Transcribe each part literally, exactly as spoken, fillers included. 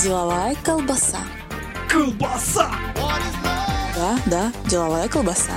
Деловая колбаса. Колбаса! Да, да, деловая колбаса.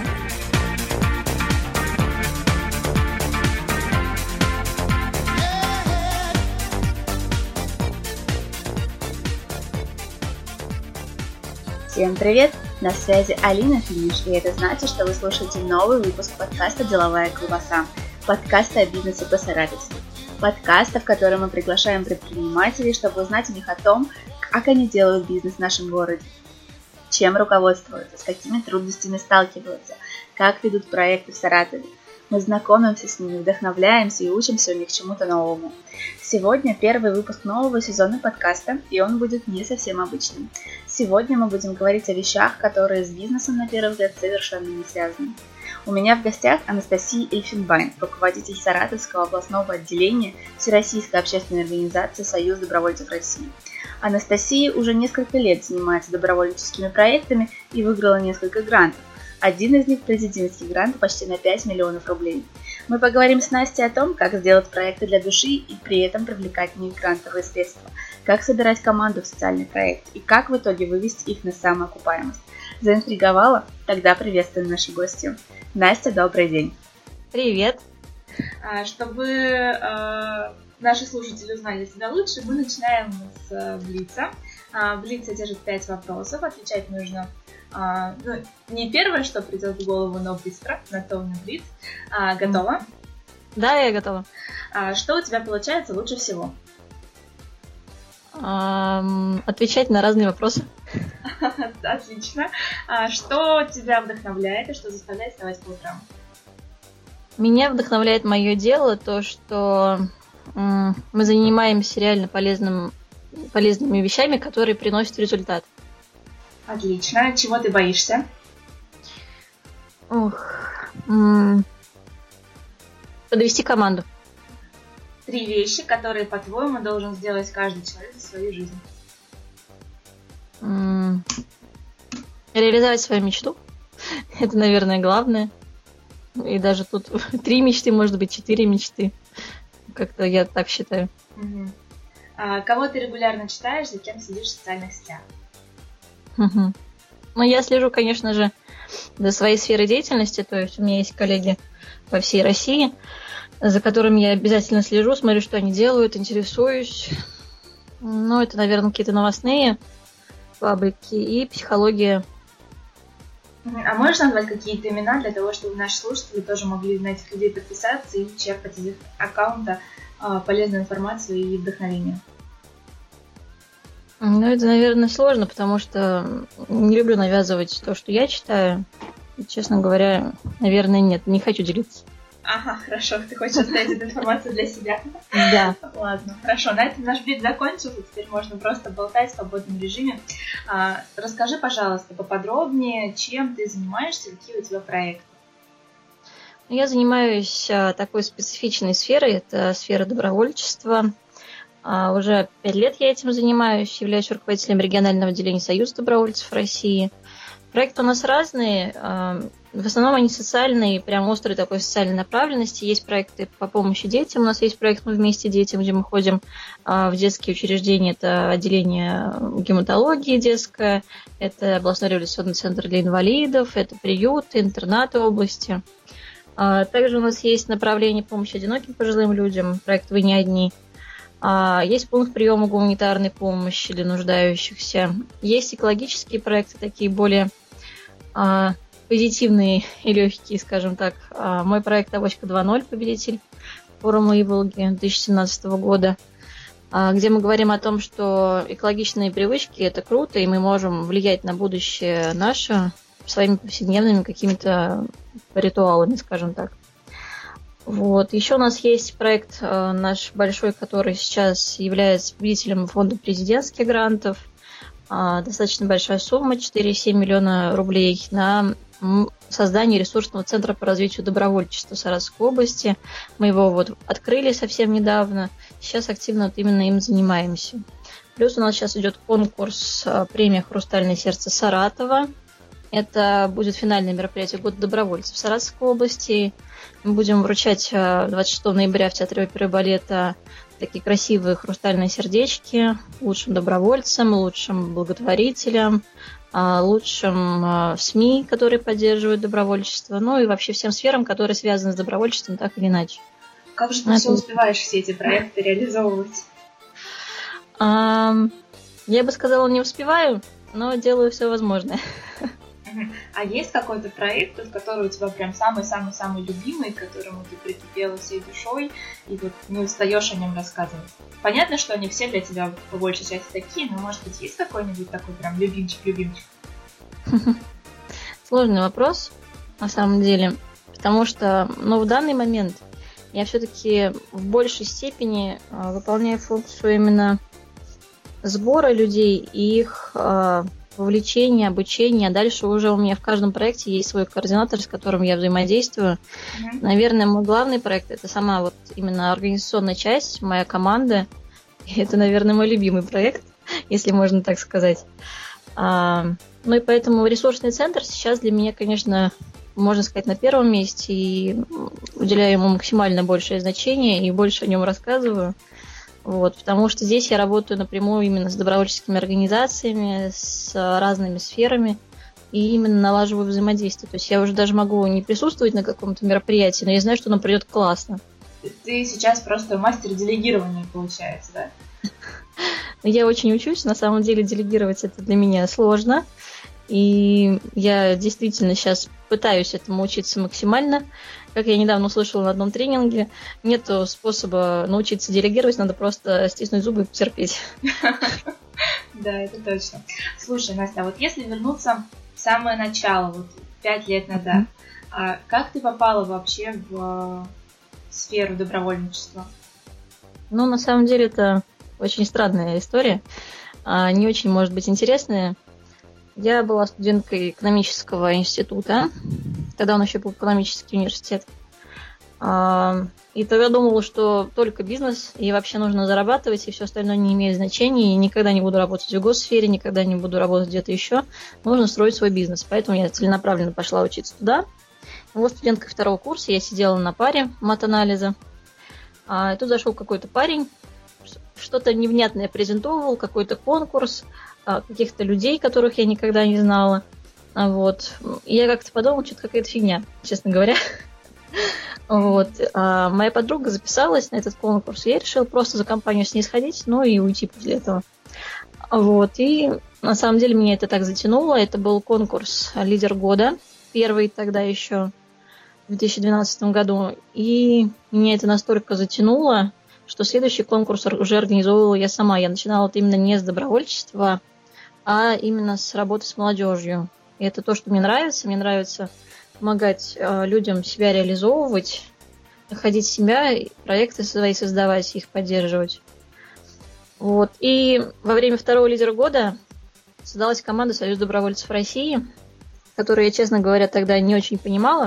Всем привет! На связи Алина Финиш, и это значит, что вы слушаете новый выпуск подкаста «Деловая колбаса», подкаста о бизнесе по-саратовски. Подкаста, в котором мы приглашаем предпринимателей, чтобы узнать у них о том, как они делают бизнес в нашем городе, чем руководствуются, с какими трудностями сталкиваются, как ведут проекты в Саратове. Мы знакомимся с ними, вдохновляемся и учимся у них чему-то новому. Сегодня первый выпуск нового сезона подкаста, и он будет не совсем обычным. Сегодня мы будем говорить о вещах, которые с бизнесом, на первый взгляд, совершенно не связаны. У меня в гостях Анастасия Эльфенбайн, руководитель Саратовского областного отделения Всероссийской общественной организации «Союз добровольцев России». Анастасия уже несколько лет занимается добровольческими проектами и выиграла несколько грантов. Один из них – президентский грант почти на пять миллионов рублей. Мы поговорим с Настей о том, как сделать проекты для души и при этом привлекать в них грантовые средства, как собирать команду в социальный проект и как в итоге вывести их на самоокупаемость. Заинтриговала? Тогда приветствуем нашу гостью. Настя, добрый день. Привет. Чтобы э, наши слушатели узнали себя лучше, мы начинаем с Блица. Блиц содержит пять вопросов, отвечать нужно э, ну, не первое, что придет в голову, но быстро, на то у меня Блиц. А, готова? Да, я готова. А, что у тебя получается лучше всего? Um, отвечать на разные вопросы. Отлично. А что тебя вдохновляет и что заставляет вставать по утрам? Меня вдохновляет мое дело, то, что м- мы занимаемся реально полезным, полезными вещами, которые приносят результат. Отлично. Чего ты боишься? Ух, м- подвести команду. Три вещи, которые, по-твоему, должен сделать каждый человек в свою жизнь. М- Реализовать свою мечту. Это, наверное, главное. И даже тут три мечты, может быть, четыре мечты. Как-то я так считаю. Угу. А кого ты регулярно читаешь, за кем следишь в социальных сетях? Угу. Ну, я слежу, конечно же, за своей сферой деятельности. То есть у меня есть коллеги по всей России, за которыми я обязательно слежу, смотрю, что они делают, интересуюсь. Ну, это, наверное, какие-то новостные паблики и психология. А можешь назвать какие-то имена для того, чтобы наши слушатели тоже могли на этих людей подписаться и черпать из их аккаунта а, полезную информацию и вдохновение? Ну, это, наверное, сложно, потому что не люблю навязывать то, что я читаю. И, честно говоря, наверное, нет, не хочу делиться. Ага, хорошо, ты хочешь оставить эту информацию для себя? Да. Ладно, хорошо, на этом наш блиц закончился, теперь можно просто болтать в свободном режиме. А, расскажи, пожалуйста, поподробнее, чем ты занимаешься, какие у тебя проекты? Я занимаюсь а, такой специфичной сферой, это сфера добровольчества. А, уже пять лет я этим занимаюсь, являюсь руководителем регионального отделения Союза добровольцев России. Проекты у нас разные. В основном они социальные, прям острой такой социальной направленности. Есть проекты по помощи детям. У нас есть проект «Мы вместе детям», где мы ходим в детские учреждения. Это отделение гематологии детское, это областной революционный центр для инвалидов, это приюты, интернаты области. Также у нас есть направление помощи одиноким пожилым людям, проект «Вы не одни». Есть пункт приема гуманитарной помощи для нуждающихся. Есть экологические проекты, такие более позитивные и легкие, скажем так. Мой проект «Авоська два ноль», победитель форума Иволги две тысячи семнадцатого года, где мы говорим о том, что экологичные привычки – это круто, и мы можем влиять на будущее наше своими повседневными какими-то ритуалами, скажем так. Вот. Еще у нас есть проект наш большой, который сейчас является победителем фонда президентских грантов. Достаточно большая сумма, четыре целых семь десятых миллиона рублей, на создание ресурсного центра по развитию добровольчества Саратовской области. Мы его вот открыли совсем недавно, сейчас активно вот именно им занимаемся. Плюс у нас сейчас идет конкурс премия «Хрустальное сердце Саратова». Это будет финальное мероприятие года добровольцев в Саратовской области. Мы будем вручать двадцать шестого ноября в Театре оперы и балета такие красивые хрустальные сердечки лучшим добровольцам, лучшим благотворителям, лучшим СМИ, которые поддерживают добровольчество, ну и вообще всем сферам, которые связаны с добровольчеством так или иначе. Как же ты Это... все успеваешь все эти проекты реализовывать? А, я бы сказала, не успеваю, но делаю все возможное. А есть какой-то проект, который у тебя прям самый-самый-самый любимый, к которому ты прикипела всей душой и вот не устаешь о нем рассказывать? Понятно, что они все для тебя по большей части такие, но может быть есть какой-нибудь такой прям любимчик-любимчик? Сложный вопрос, на самом деле, потому что, ну, в данный момент я все-таки в большей степени э, выполняю функцию именно сбора людей и их э, вовлечения, обучения. Дальше уже у меня в каждом проекте есть свой координатор, с которым я взаимодействую. Mm-hmm. Наверное, мой главный проект – это сама вот именно организационная часть, моя команда. И это, наверное, мой любимый проект, если можно так сказать. А, ну и поэтому ресурсный центр сейчас для меня, конечно, можно сказать, на первом месте, и уделяю ему максимально большее значение и больше о нем рассказываю. Вот, потому что здесь я работаю напрямую именно с добровольческими организациями, с разными сферами, и именно налаживаю взаимодействие. То есть я уже даже могу не присутствовать на каком-то мероприятии, но я знаю, что оно пройдет классно. Ты сейчас просто мастер делегирования, получается, да? Я очень учусь, на самом деле делегировать это для меня сложно. И я действительно сейчас пытаюсь этому учиться максимально. Как я недавно услышала на одном тренинге, нет способа научиться делегировать, надо просто стиснуть зубы и потерпеть. Да, это точно. Слушай, Настя, вот если вернуться в самое начало, вот пять лет назад, а как ты попала вообще в сферу добровольничества? Ну, на самом деле, это очень странная история, не очень, может быть, интересная. Я была студенткой экономического института, тогда он еще был экономический университет. И тогда думала, что только бизнес, и вообще нужно зарабатывать, и все остальное не имеет значения, и никогда не буду работать в госсфере, никогда не буду работать где-то еще. Нужно строить свой бизнес. Поэтому я целенаправленно пошла учиться туда. И вот студенткой второго курса я сидела на паре мат-анализа. И тут зашел какой-то парень, что-то невнятное презентовал, какой-то конкурс, каких-то людей, которых я никогда не знала. Вот. И я как-то подумала, что-то какая-то фигня, честно говоря. Вот. А моя подруга записалась на этот конкурс, и я решила просто за компанию с ней сходить, ну и уйти после этого. Вот. И на самом деле меня это так затянуло. Это был конкурс «Лидер года», первый тогда еще, в две тысячи двенадцатом году. И меня это настолько затянуло, что следующий конкурс уже организовывала я сама. Я начинала это именно не с добровольчества, а именно с работы с молодежью. И это то, что мне нравится. Мне нравится помогать э, людям себя реализовывать, находить себя, проекты свои создавать, их поддерживать. Вот. И во время второго лидера года создалась команда Союз добровольцев России, которую я, честно говоря, тогда не очень понимала.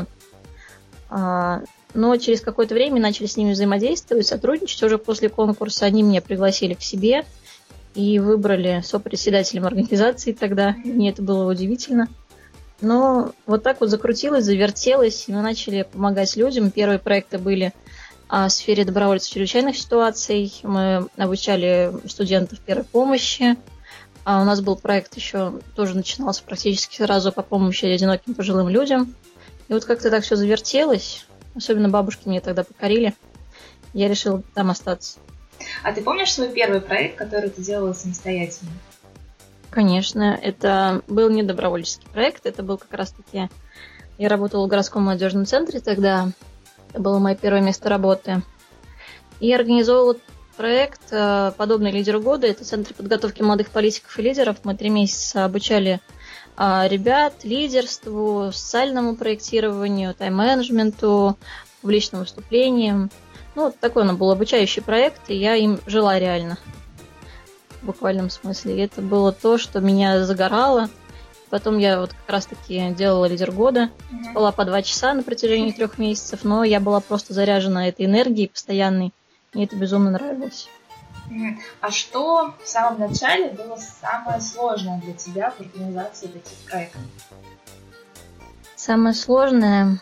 А, но через какое-то время начали с ними взаимодействовать, сотрудничать. Уже после конкурса они меня пригласили к себе и выбрали сопредседателем организации тогда. Мне это было удивительно. Но вот так вот закрутилось, завертелось, и мы начали помогать людям. Первые проекты были в сфере добровольцев чрезвычайных ситуаций. Мы обучали студентов первой помощи. А у нас был проект еще, тоже начинался практически сразу по помощи одиноким пожилым людям. И вот как-то так все завертелось. Особенно бабушки меня тогда покорили. Я решила там остаться. А ты помнишь свой первый проект, который ты делала самостоятельно? Конечно, это был не добровольческий проект, это был как раз-таки... Я работала в городском молодежном центре тогда, это было мое первое место работы. И организовывала проект, подобный «Лидеру года», это Центр подготовки молодых политиков и лидеров. Мы три месяца обучали ребят лидерству, социальному проектированию, тайм-менеджменту, публичным выступлениям. Ну, такой он был обучающий проект, и я им жила реально. В буквальном смысле. И это было то, что меня загорало. Потом я вот как раз-таки делала «Лидер года». Mm-hmm. Спала по два часа на протяжении трех месяцев, но я была просто заряжена этой энергией постоянной. Мне это безумно нравилось. Mm-hmm. А что в самом начале было самое сложное для тебя в организации таких проектов? Самое сложное...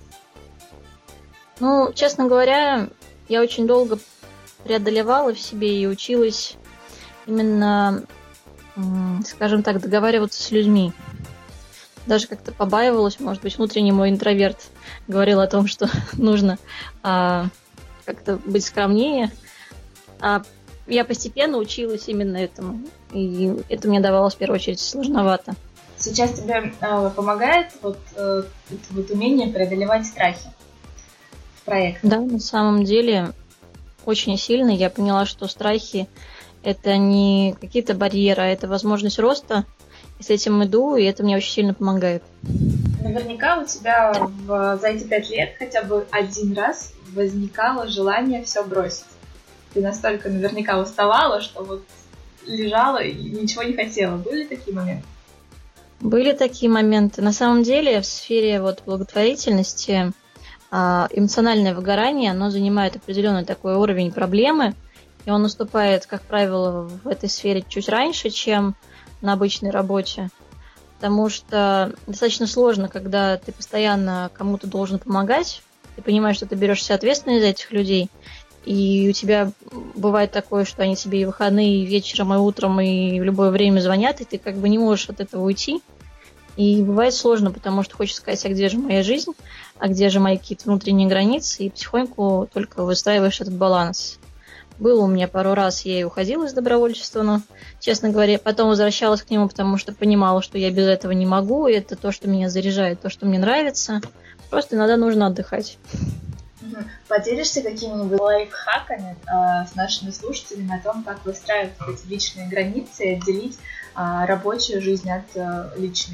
Ну, честно говоря, я очень долго преодолевала в себе и училась именно, скажем так, договариваться с людьми. Даже как-то побаивалась, может быть, внутренний мой интроверт говорил о том, что нужно а, как-то быть скромнее. А я постепенно училась именно этому, и это мне давалось в первую очередь сложновато. Сейчас тебе э, помогает вот, э, это вот умение преодолевать страхи в проектах? Да, на самом деле очень сильно. Я поняла, что страхи – это не какие-то барьеры, а это возможность роста. И с этим иду, и это мне очень сильно помогает. Наверняка у тебя в, за эти пять лет хотя бы один раз возникало желание все бросить. Ты настолько наверняка уставала, что вот лежала и ничего не хотела. Были такие моменты? Были такие моменты. На самом деле в сфере вот благотворительности эмоциональное выгорание, оно занимает определенный такой уровень проблемы, и он наступает, как правило, в этой сфере чуть раньше, чем на обычной работе, потому что достаточно сложно, когда ты постоянно кому-то должен помогать, ты понимаешь, что ты берешь все ответственность за этих людей, и у тебя бывает такое, что они тебе и выходные, и вечером, и утром, и в любое время звонят, и ты как бы не можешь от этого уйти. И бывает сложно, потому что хочется сказать, а где же моя жизнь, а где же мои какие-то внутренние границы, и потихоньку только выстраиваешь этот баланс. Было у меня пару раз, я и уходила из добровольчества, но, честно говоря, потом возвращалась к нему, потому что понимала, что я без этого не могу, и это то, что меня заряжает, то, что мне нравится. Просто иногда нужно отдыхать. Поделишься какими-нибудь лайфхаками э, с нашими слушателями о том, как выстраивать эти личные границы и отделить э, рабочую жизнь от э, личной?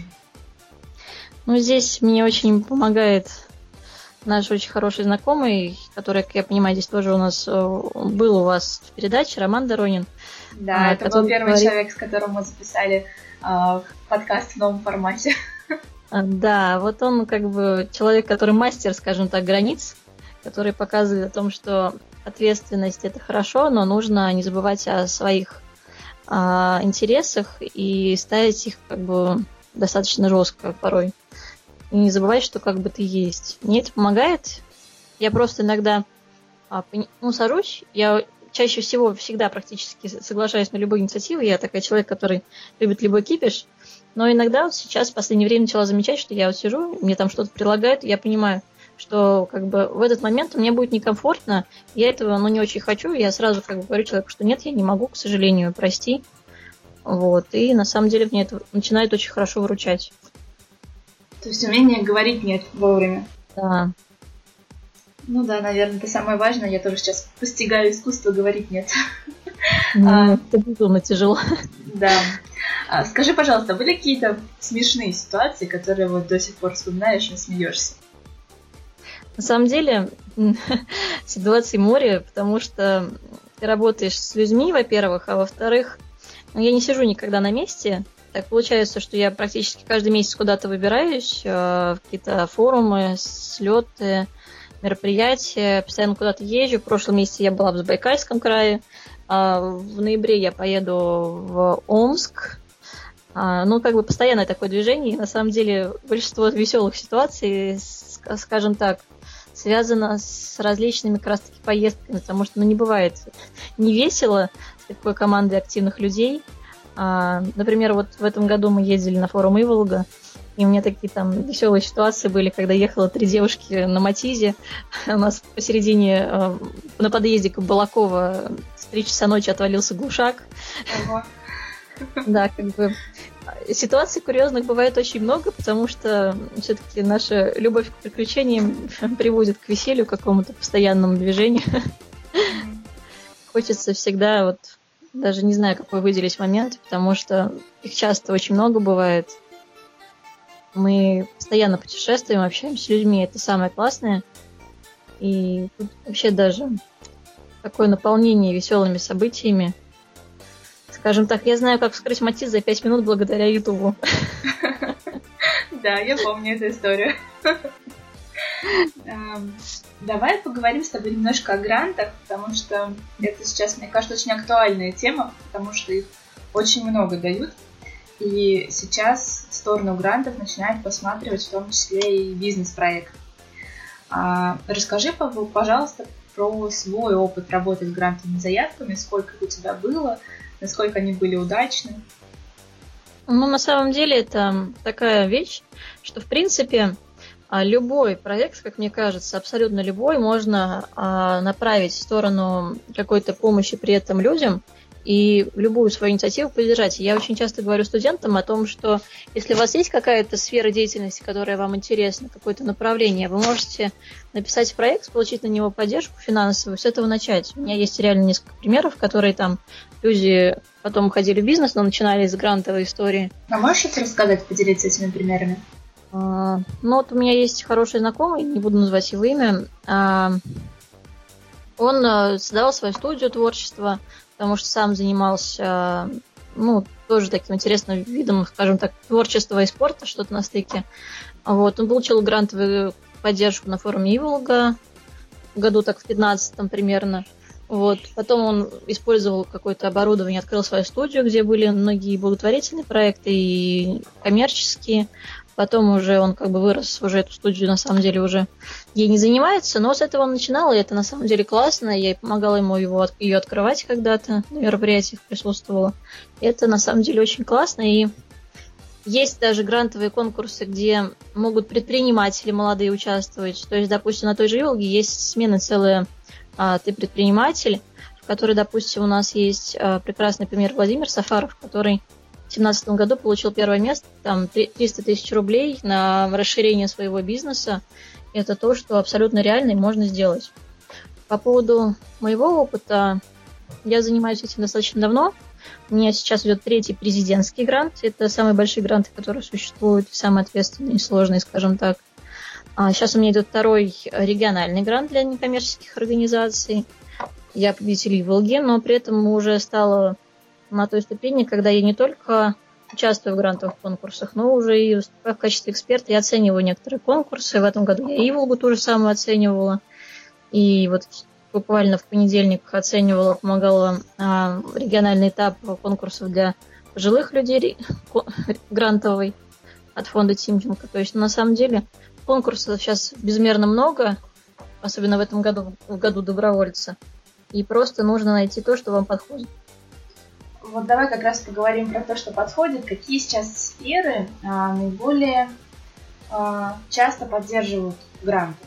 Ну, здесь мне очень помогает наш очень хороший знакомый, который, как я понимаю, здесь тоже у нас был у вас в передаче, Роман Доронин. Да, а, это был первый говорит... человек, с которым мы записали э, подкаст в новом формате. Да, вот он как бы человек, который мастер, скажем так, границ, который показывает о том, что ответственность – это хорошо, но нужно не забывать о своих а, интересах и ставить их как бы достаточно жестко порой. И не забывать, что как бы ты есть. Мне это помогает. Я просто иногда а, ну, сажусь, я чаще всего всегда практически соглашаюсь на любые инициативы. Я такой человек, который любит любой кипиш. Но иногда вот сейчас в последнее время начала замечать, что я вот сижу, мне там что-то предлагают, и я понимаю, что как бы в этот момент мне будет некомфортно, я этого ну, не очень хочу, я сразу как бы говорю человеку, что нет, я не могу, к сожалению, прости. Вот. И на самом деле мне это начинает очень хорошо выручать. То есть умение говорить нет вовремя. Да. Ну да, наверное, это самое важное. Я тоже сейчас постигаю искусство говорить нет. Ну, это безумно тяжело. Да. А, скажи, пожалуйста, были какие-то смешные ситуации, которые вот до сих пор вспоминаешь и смеешься? На самом деле, ситуации море, потому что ты работаешь с людьми, во-первых, а во-вторых, ну, я не сижу никогда на месте. Так получается, что я практически каждый месяц куда-то выбираюсь, в какие-то форумы, слеты, мероприятия, постоянно куда-то езжу. В прошлом месяце я была в Забайкальском крае, в ноябре я поеду в Омск. Ну, как бы постоянное такое движение, и на самом деле большинство веселых ситуаций, скажем так, связано с различными как раз-таки поездками, потому что ну, не бывает не весело с такой командой активных людей. А, например, вот в этом году мы ездили на форум Иволга, и у меня такие там веселые ситуации были, когда ехало три девушки на Матизе, у нас посередине, на подъезде к Балакова в три часа ночи отвалился глушак. Ого. Да, как бы ситуаций курьезных бывает очень много, потому что все-таки наша любовь к приключениям приводит к веселью, к какому-то постоянному движению. Mm-hmm. Хочется всегда, вот даже не знаю, какой выделить момент, потому что их часто очень много бывает. Мы постоянно путешествуем, общаемся с людьми, это самое классное. И тут вообще даже такое наполнение веселыми событиями. Скажем так, я знаю, как вскрыть Матиз за пять минут благодаря Ютубу. Да, я помню эту историю. Давай поговорим с тобой немножко о грантах, потому что это сейчас, мне кажется, очень актуальная тема, потому что их очень много дают. И сейчас в сторону грантов начинают посматривать в том числе и бизнес-проект. А, расскажи, пожалуйста, про свой опыт работы с грантовыми заявками, сколько у тебя было, насколько они были удачны. Ну, на самом деле, это такая вещь, что, в принципе, любой проект, как мне кажется, абсолютно любой, можно направить в сторону какой-то помощи при этом людям и любую свою инициативу поддержать. Я очень часто говорю студентам о том, что если у вас есть какая-то сфера деятельности, которая вам интересна, какое-то направление, вы можете написать проект, получить на него поддержку финансовую, с этого начать. У меня есть реально несколько примеров, которые там люди потом уходили в бизнес, но начинали с грантовой истории. А можешь что-то рассказать, поделиться этими примерами? А, ну вот у меня есть хороший знакомый, не буду называть его имя. А, он создавал свою студию творчества, потому что сам занимался, ну, тоже таким интересным видом, скажем так, творчества и спорта, что-то на стыке. Вот. Он получил грантовую поддержку на форуме Иволга в году так в пятнадцатом примерно. Вот. Потом он использовал какое-то оборудование, открыл свою студию, где были многие благотворительные проекты и коммерческие. Потом уже он как бы вырос, уже эту студию на самом деле уже ей не занимается, но с этого он начинал, и это на самом деле классно. Я помогала ему его, ее открывать когда-то, на мероприятиях присутствовала. И это на самом деле очень классно, и есть даже грантовые конкурсы, где могут предприниматели молодые участвовать. То есть, допустим, на той же Иволге есть смены целые а, «Ты предприниматель», в которой, допустим, у нас есть а, прекрасный пример Владимир Сафаров, который в две тысячи семнадцатом году получил первое место, там триста тысяч рублей на расширение своего бизнеса. Это то, что абсолютно реально и можно сделать. По поводу моего опыта, я занимаюсь этим достаточно давно. У меня сейчас идет третий президентский грант. Это самые большие гранты, которые существуют, самые ответственные и сложные, скажем так. А сейчас у меня идет второй региональный грант для некоммерческих организаций. Я победитель Иволги, но при этом уже стала на той ступени, когда я не только участвую в грантовых конкурсах, но уже и выступаю в качестве эксперта и оцениваю некоторые конкурсы. В этом году я Иволгу тоже самое оценивала. И вот буквально в понедельник оценивала, помогала а, региональный этап конкурсов для пожилых людей, грантовый от фонда Тимченко. То есть на самом деле конкурсов сейчас безмерно много, особенно в этом году, в году добровольца. И просто нужно найти то, что вам подходит. Вот давай как раз поговорим про то, что подходит. Какие сейчас сферы а, наиболее а, часто поддерживают гранты?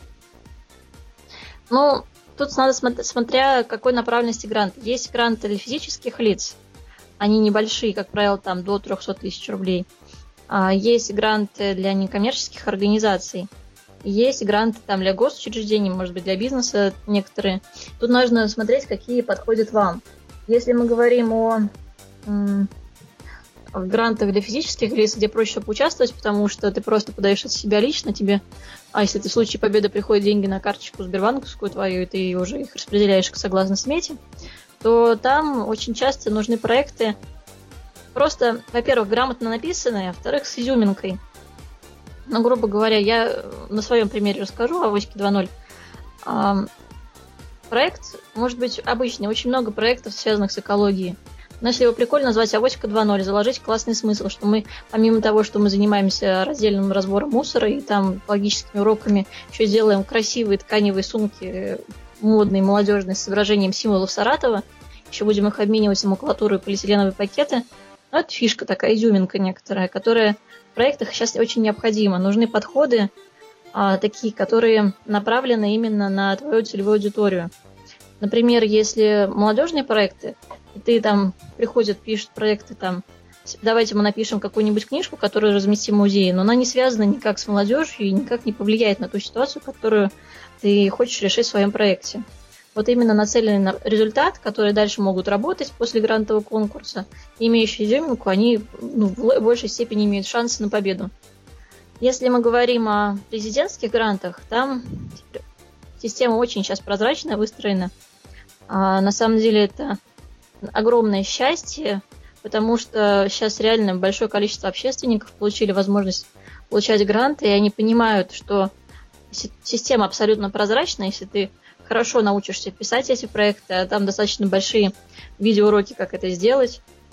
Ну, тут надо смотреть, смотря какой направленности грант. Есть гранты для физических лиц. Они небольшие, как правило, там до триста тысяч рублей. А есть гранты для некоммерческих организаций. Есть гранты там для госучреждений, может быть, для бизнеса некоторые. Тут нужно смотреть, какие подходят вам. Если мы говорим о м, грантах для физических лиц, где проще поучаствовать, потому что ты просто подаешь от себя лично, тебе, а если ты в случае победы приходят деньги на карточку сбербанковскую твою, и ты уже их распределяешь согласно смете, то там очень часто нужны проекты просто, во-первых, грамотно написанные, а во-вторых, с изюминкой. Ну, грубо говоря, я на своем примере расскажу о авоське два ноль. Проект может быть обычный, очень много проектов, связанных с экологией. Но если его прикольно назвать авоська два ноль, заложить классный смысл, что мы, помимо того, что мы занимаемся раздельным разбором мусора и там экологическими уроками, еще делаем красивые тканевые сумки, модные, молодежные, с изображением символов Саратова, еще будем их обменивать на макулатуру и полиэтиленовые пакеты. Ну, это фишка такая, изюминка некоторая, которая в проектах сейчас очень необходима. Нужны подходы, а, такие, которые направлены именно на твою целевую аудиторию. Например, если молодежные проекты, и ты там приходят, пишут проекты там, давайте мы напишем какую-нибудь книжку, которую разместим в музее, но она не связана никак с молодежью и никак не повлияет на ту ситуацию, которую ты хочешь решить в своем проекте. Вот именно нацеленный на результат, которые дальше могут работать после грантового конкурса, имеющие изюминку, они ну, в большей степени имеют шансы на победу. Если мы говорим о президентских грантах, там система очень сейчас прозрачная, выстроена. А на самом деле это огромное счастье, потому что сейчас реально большое количество общественников получили возможность получать гранты, и они понимают, что система абсолютно прозрачная, если ты хорошо научишься писать эти проекты, а там достаточно большие видеоуроки, как это сделать.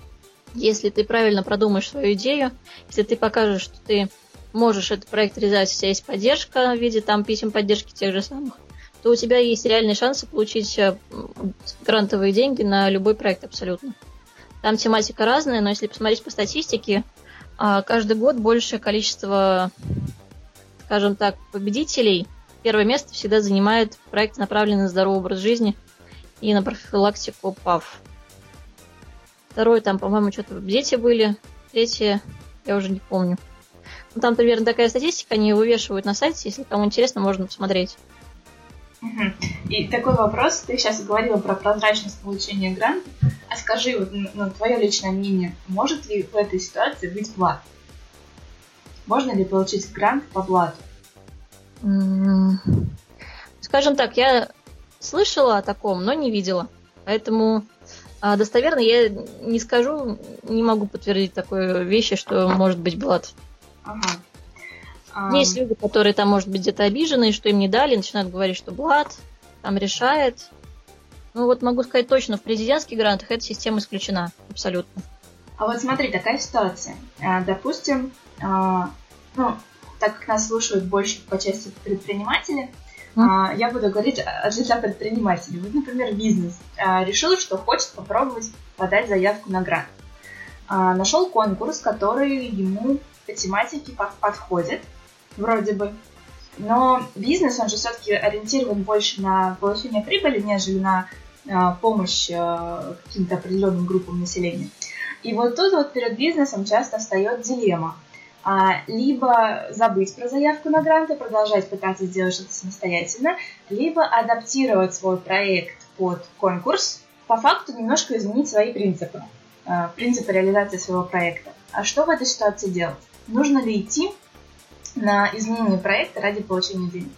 Если ты правильно продумаешь свою идею, если ты покажешь, что ты можешь этот проект реализовать, у тебя есть поддержка в виде там писем поддержки тех же самых, то у тебя есть реальные шансы получить грантовые деньги на любой проект абсолютно. Там тематика разная, но если посмотреть по статистике, каждый год большее количество, скажем так, победителей. Первое место всегда занимает проект, направленный на здоровый образ жизни и на профилактику ПАВ. Второе, там, по-моему, что-то дети были. Третье, я уже не помню. Ну, там примерно такая статистика, они вывешивают на сайте, если кому интересно, можно посмотреть. Угу. И такой вопрос, ты сейчас говорила про прозрачность получения гранта, а скажи, вот, ну, твое личное мнение, может ли в этой ситуации быть блат? Можно ли получить грант по блату? Скажем так, я слышала о таком, но не видела, поэтому... А достоверно я не скажу, не могу подтвердить такой вещи, что может быть блат. Ага. А... Есть люди, которые там, может быть, где-то обижены, что им не дали, начинают говорить, что блат там решает. Ну вот могу сказать точно, в президентских грантах эта система исключена абсолютно. А вот смотри, такая ситуация. Допустим, ну, так как нас слушают больше по части предпринимателей, Uh, я буду говорить для предпринимателей. Вот, например, бизнес uh, решил, что хочет попробовать подать заявку на грант. Uh, нашел конкурс, который ему по тематике подходит, вроде бы. Но бизнес, он же все-таки ориентирован больше на получение прибыли, нежели на uh, помощь uh, каким-то определенным группам населения. И вот тут вот перед бизнесом часто встает дилемма. Либо забыть про заявку на грант и продолжать пытаться сделать что-то самостоятельно, либо адаптировать свой проект под конкурс, по факту немножко изменить свои принципы, принципы реализации своего проекта. А что в этой ситуации делать? Нужно ли идти на изменение проекта ради получения денег?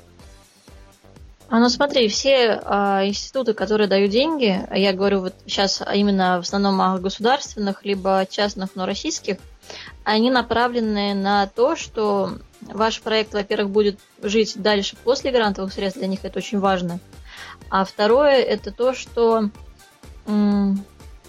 А ну смотри, все а, институты, которые дают деньги, я говорю вот сейчас именно в основном о государственных, либо частных, но российских, они направлены на то, что ваш проект, во-первых, будет жить дальше после грантовых средств, для них это очень важно. А второе, это то, что м-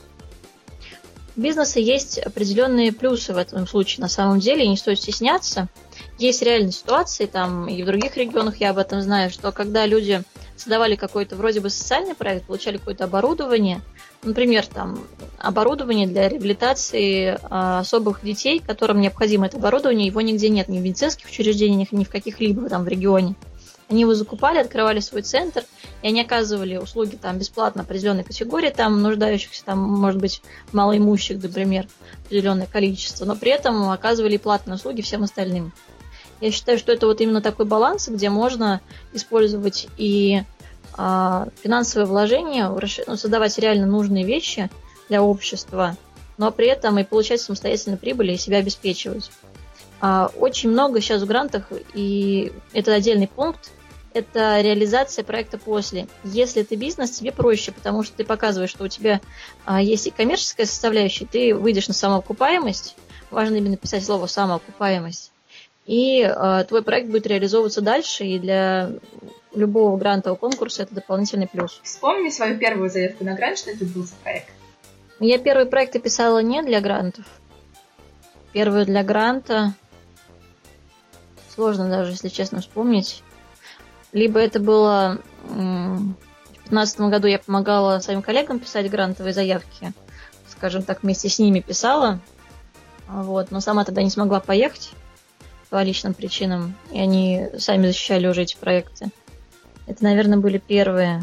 у бизнеса есть определенные плюсы в этом случае. На самом деле, не стоит стесняться. Есть реальные ситуации, там и в других регионах я об этом знаю, что когда люди создавали какой-то вроде бы социальный проект, получали какое-то оборудование, например, там оборудование для реабилитации а, особых детей, которым необходимо это оборудование, его нигде нет, ни в медицинских учреждениях, ни в каких-либо там в регионе. Они его закупали, открывали свой центр, и они оказывали услуги там бесплатно определенной категории, там нуждающихся, там, может быть, малоимущих, например, определенное количество, но при этом оказывали платные услуги всем остальным. Я считаю, что это вот именно такой баланс, где можно использовать и а, финансовые вложения, ну, создавать реально нужные вещи для общества, но при этом и получать самостоятельно прибыль и себя обеспечивать. А, очень много сейчас в грантах, и это отдельный пункт, это реализация проекта после. Если ты бизнес, тебе проще, потому что ты показываешь, что у тебя а, есть и коммерческая составляющая, ты выйдешь на самоокупаемость, важно именно писать слово «самоокупаемость», и э, твой проект будет реализовываться дальше, и для любого грантового конкурса это дополнительный плюс. Вспомни свою первую заявку на грант, что это был за проект. Я первые проекты писала не для грантов. Первую для гранта сложно даже, если честно, вспомнить. Либо это было в две тысячи пятнадцатом году я помогала своим коллегам писать грантовые заявки, скажем так, вместе с ними писала, вот, но сама тогда не смогла поехать по личным причинам, и они сами защищали уже эти проекты. Это, наверное, были первые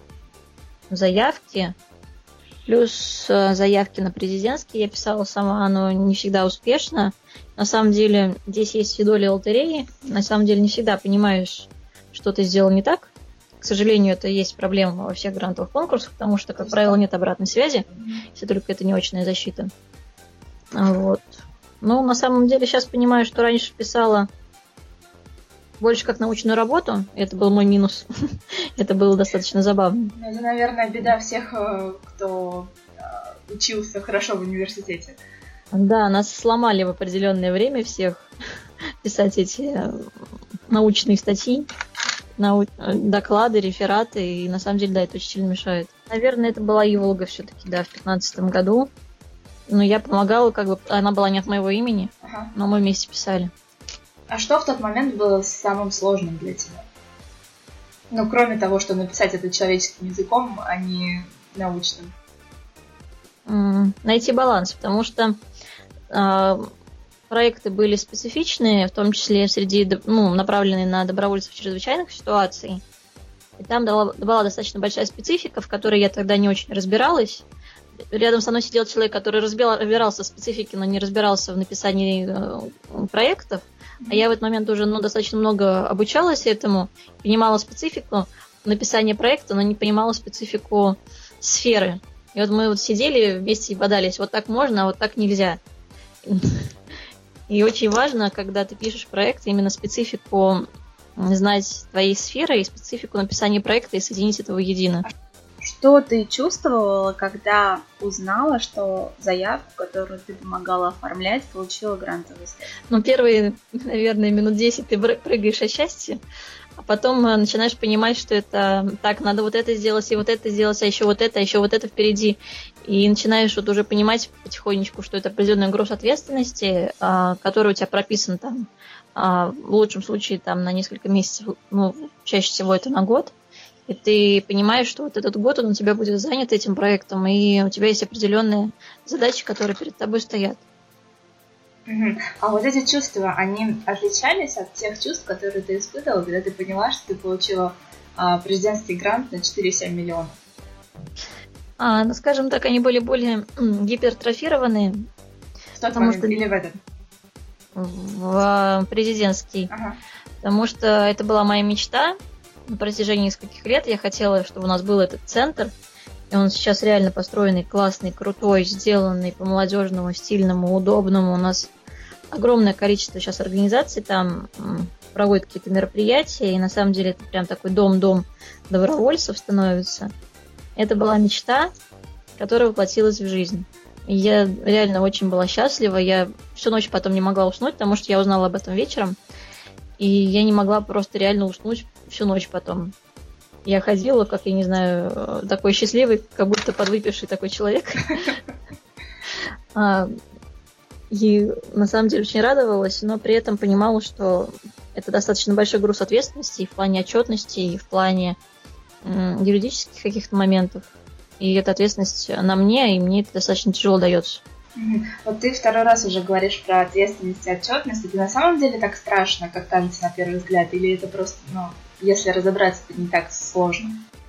заявки. Плюс заявки на президентские я писала сама, но не всегда успешно. На самом деле, здесь есть и доля лотереи. На самом деле, не всегда понимаешь, что ты сделал не так. К сожалению, это есть проблема во всех грантовых конкурсах, потому что, как правило, нет обратной связи, если только это не очная защита. Вот. Ну, на самом деле, сейчас понимаю, что раньше писала больше как научную работу. Это был мой минус. Это было достаточно забавно. Это, наверное, беда всех, кто учился хорошо в университете. Да, нас сломали в определенное время всех писать эти научные статьи, нау... доклады, рефераты. И на самом деле, да, это очень сильно мешает. Наверное, это была Иволга все-таки, да, в пятнадцатом году. Ну, я помогала, как бы, она была не от моего имени, Ага. но мы вместе писали. А что в тот момент было самым сложным для тебя? Ну, кроме того, что написать это человеческим языком, а не научным. М, Найти баланс, потому что а, проекты были специфичные, в том числе среди, д- ну, направленные на добровольцев чрезвычайных ситуаций. И там дала- была достаточно большая специфика, в которой я тогда не очень разбиралась. Рядом со мной сидел человек, который разбира- разбирался в специфике, но не разбирался в написании э, проектов. А я в этот момент уже ну, достаточно много обучалась этому, понимала специфику написания проекта, но не понимала специфику сферы. И вот мы вот сидели вместе и бодались, вот так можно, а вот так нельзя. И очень важно, когда ты пишешь проект, именно специфику знать твоей сферы и специфику написания проекта и соединить это воедино. Что ты чувствовала, когда узнала, что заявку, которую ты помогала оформлять, получила грантовый статус? Ну, первые, наверное, минут десять ты пры- прыгаешь от счастья, а потом э, начинаешь понимать, что это так, надо вот это сделать, и вот это сделать, а еще вот это, а еще вот это впереди. И начинаешь вот уже понимать потихонечку, что это определенный груз ответственности, а, который у тебя прописан там, а, в лучшем случае там на несколько месяцев, ну, чаще всего это на год. И ты понимаешь, что вот этот год он у тебя будет занят этим проектом, и у тебя есть определенные задачи, которые перед тобой стоят. Мгм. А вот эти чувства, они отличались от тех чувств, которые ты испытывала, когда ты поняла, что ты получила а, президентский грант на четыре целых семь десятых миллиона? А, ну, скажем так, они были более м, гипертрофированные В тот Потому момент что- или в этот? в а, президентский, Ага. потому что это была моя мечта. На протяжении нескольких лет я хотела, чтобы у нас был этот центр, и он сейчас реально построенный, классный, крутой, сделанный по-молодежному, стильному, удобному. У нас огромное количество сейчас организаций там м, проводят какие-то мероприятия, и на самом деле это прям такой дом-дом добровольцев становится. Это была мечта, которая воплотилась в жизнь. И я реально очень была счастлива. Я всю ночь потом не могла уснуть, потому что я узнала об этом вечером. И я не могла просто реально уснуть всю ночь потом. Я ходила, как, я не знаю, э, такой счастливый, как будто подвыпивший такой человек. А, И на самом деле очень радовалась, но при этом понимала, что это достаточно большой груз ответственности и в плане отчетности, и в плане м, юридических каких-то моментов. И эта ответственность на мне, и мне это достаточно тяжело дается. Мгм. Вот ты второй раз уже говоришь про ответственность и отчетность. Это на самом деле так страшно, как кажется на первый взгляд? Или это просто, ну, если разобраться, это не так сложно?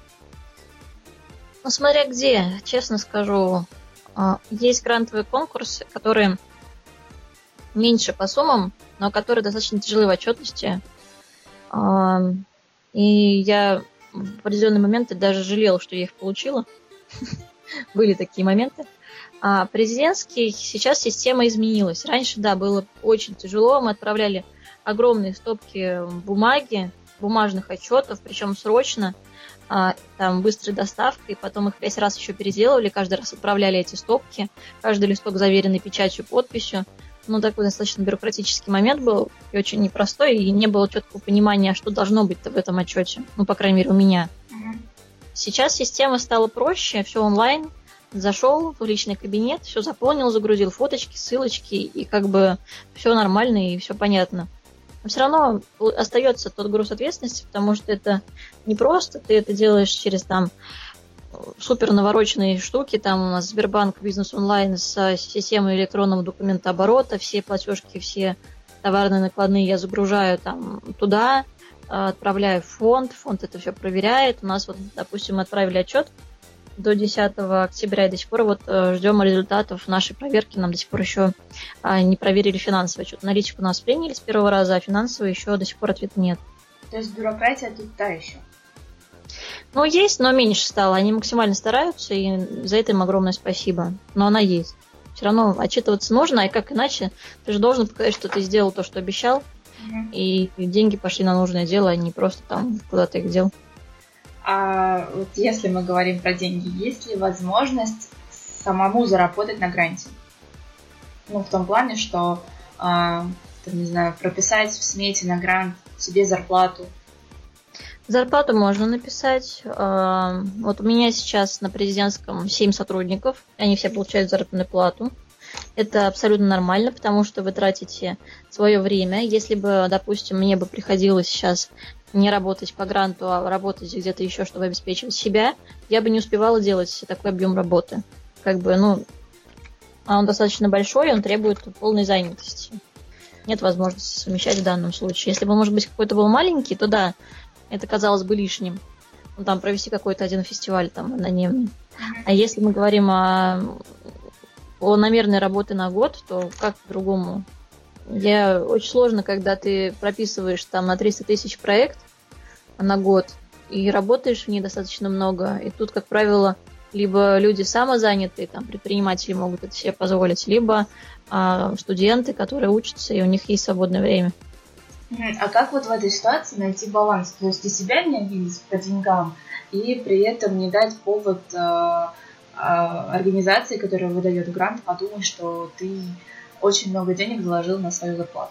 Ну, смотря где, честно скажу, а, есть грантовые конкурсы, которые меньше по суммам, но которые достаточно тяжелые в отчетности. А, И я в определенные моменты даже жалела, что я их получила. Были такие моменты. А президентский сейчас система изменилась. Раньше, да, было очень тяжело. Мы отправляли огромные стопки бумаги, бумажных отчетов, причем срочно, а, там быстрой доставкой. Потом их пять раз еще переделывали, каждый раз отправляли эти стопки. Каждый листок заверенный печатью, подписью. Ну, такой достаточно бюрократический момент был, и очень непростой, и не было четкого понимания, что должно быть в этом отчете. Ну, по крайней мере, у меня. Мгм. Сейчас система стала проще, все онлайн. Зашел в личный кабинет, все заполнил, загрузил фоточки, ссылочки, и как бы все нормально и все понятно. Но все равно остается тот груз ответственности, потому что это не просто, ты это делаешь через там супер навороченные штуки, там у нас Сбербанк Бизнес Онлайн с системой электронного документооборота, все платежки, все товарные накладные я загружаю там туда, отправляю в фонд, фонд это все проверяет. У нас вот, допустим, мы отправили отчет до десятого октября, и до сих пор вот ждем результатов нашей проверки, нам до сих пор еще не проверили финансовый отчет. Аналитику у нас приняли с первого раза, а финансовый еще до сих пор ответа нет. То есть бюрократия тут та еще. Ну, есть, но меньше стало. Они максимально стараются, и за это им огромное спасибо. Но она есть. Все равно отчитываться нужно, и как иначе? Ты же должен показать, что ты сделал то, что обещал, Мгм. и деньги пошли на нужное дело, а не просто там куда-то их дел. А вот если мы говорим про деньги, есть ли возможность самому заработать на гранте? Ну, в том плане, что, а, там, не знаю, прописать в смете на грант себе зарплату. Зарплату можно написать. А, Вот у меня сейчас на президентском семь сотрудников, они все получают заработную плату. Это абсолютно нормально, потому что вы тратите свое время. Если бы, допустим, мне бы приходилось сейчас не работать по гранту, а работать где-то еще, чтобы обеспечивать себя, я бы не успевала делать такой объем работы. Как бы, ну, а он достаточно большой, он требует полной занятости. Нет возможности совмещать в данном случае. Если бы, может быть, какой-то был маленький, то да, это казалось бы лишним. Ну, там провести какой-то один фестиваль там однодневный. А если мы говорим о полномерной работе на год, то как по-другому? Я очень сложно, когда ты прописываешь там на триста тысяч проект на год и работаешь в ней достаточно много. И тут, как правило, либо люди самозанятые, там, предприниматели могут это себе позволить, либо а, студенты, которые учатся, и у них есть свободное время. А как вот в этой ситуации найти баланс? То есть и себя не обидеть по деньгам, и при этом не дать повод э, э, организации, которая выдает грант, подумать, что ты очень много денег заложил на свою зарплату.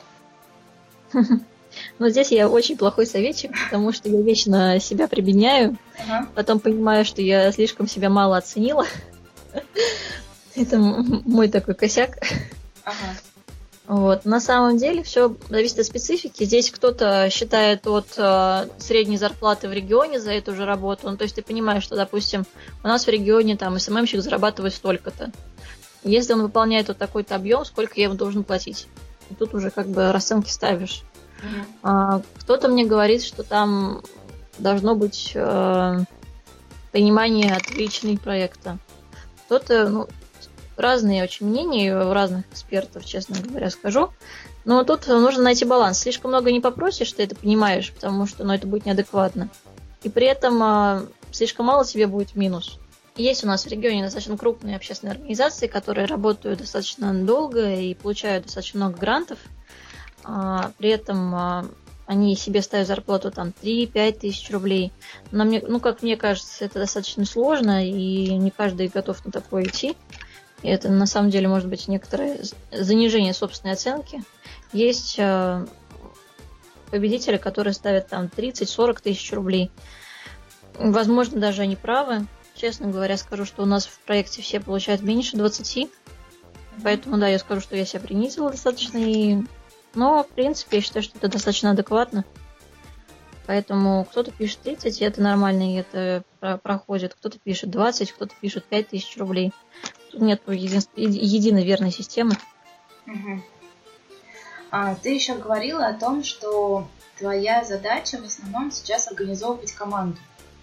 Но здесь я очень плохой советчик, потому что я вечно себя прибедняю, Ага. потом понимаю, что я слишком себя мало оценила. Это м- мой такой косяк. Ага. Вот. На самом деле все зависит от специфики. Здесь кто-то считает от э, средней зарплаты в регионе за эту же работу. Ну, то есть ты понимаешь, что, допустим, у нас в регионе там эс эм эм-щик зарабатывает столько-то. Если он выполняет вот такой-то объем, сколько я ему должен платить? И тут уже как бы расценки ставишь. Мгм. А, кто-то мне говорит, что там должно быть э, понимание от величины проекта. Кто-то, ну, разные очень мнения у разных экспертов, честно говоря, скажу. Но тут нужно найти баланс. Слишком много не попросишь, ты это понимаешь, потому что, ну, это будет неадекватно. И при этом э, слишком мало тебе будет в минус. Есть у нас в регионе достаточно крупные общественные организации, которые работают достаточно долго и получают достаточно много грантов. А, при этом а, они себе ставят зарплату там три-пять тысяч рублей. Но мне, ну, как мне кажется, это достаточно сложно, и не каждый готов на такое идти. И это на самом деле может быть некоторое занижение собственной оценки. Есть а, победители, которые ставят там тридцать-сорок тысяч рублей. Возможно, даже они правы. Честно говоря, скажу, что у нас в проекте все получают меньше двадцати. Поэтому, да, я скажу, что я себя принизила достаточно. И... Но, в принципе, я считаю, что это достаточно адекватно. Поэтому кто-то пишет тридцать, и это нормально, и это про- проходит. Кто-то пишет двадцать, кто-то пишет пять тысяч рублей. Тут нет един... единой верной системы. Мгм. А, ты еще говорила о том, что твоя задача в основном сейчас организовывать команду.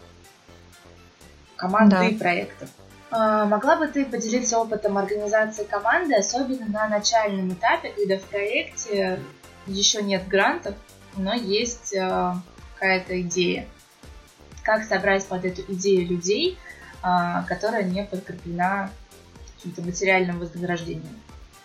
Команды Да. и проектов. А, могла бы ты поделиться опытом организации команды, особенно на начальном этапе, когда в проекте еще нет грантов, но есть а, какая-то идея. Как собрать под эту идею людей, а, которая не подкреплена каким-то материальным вознаграждением?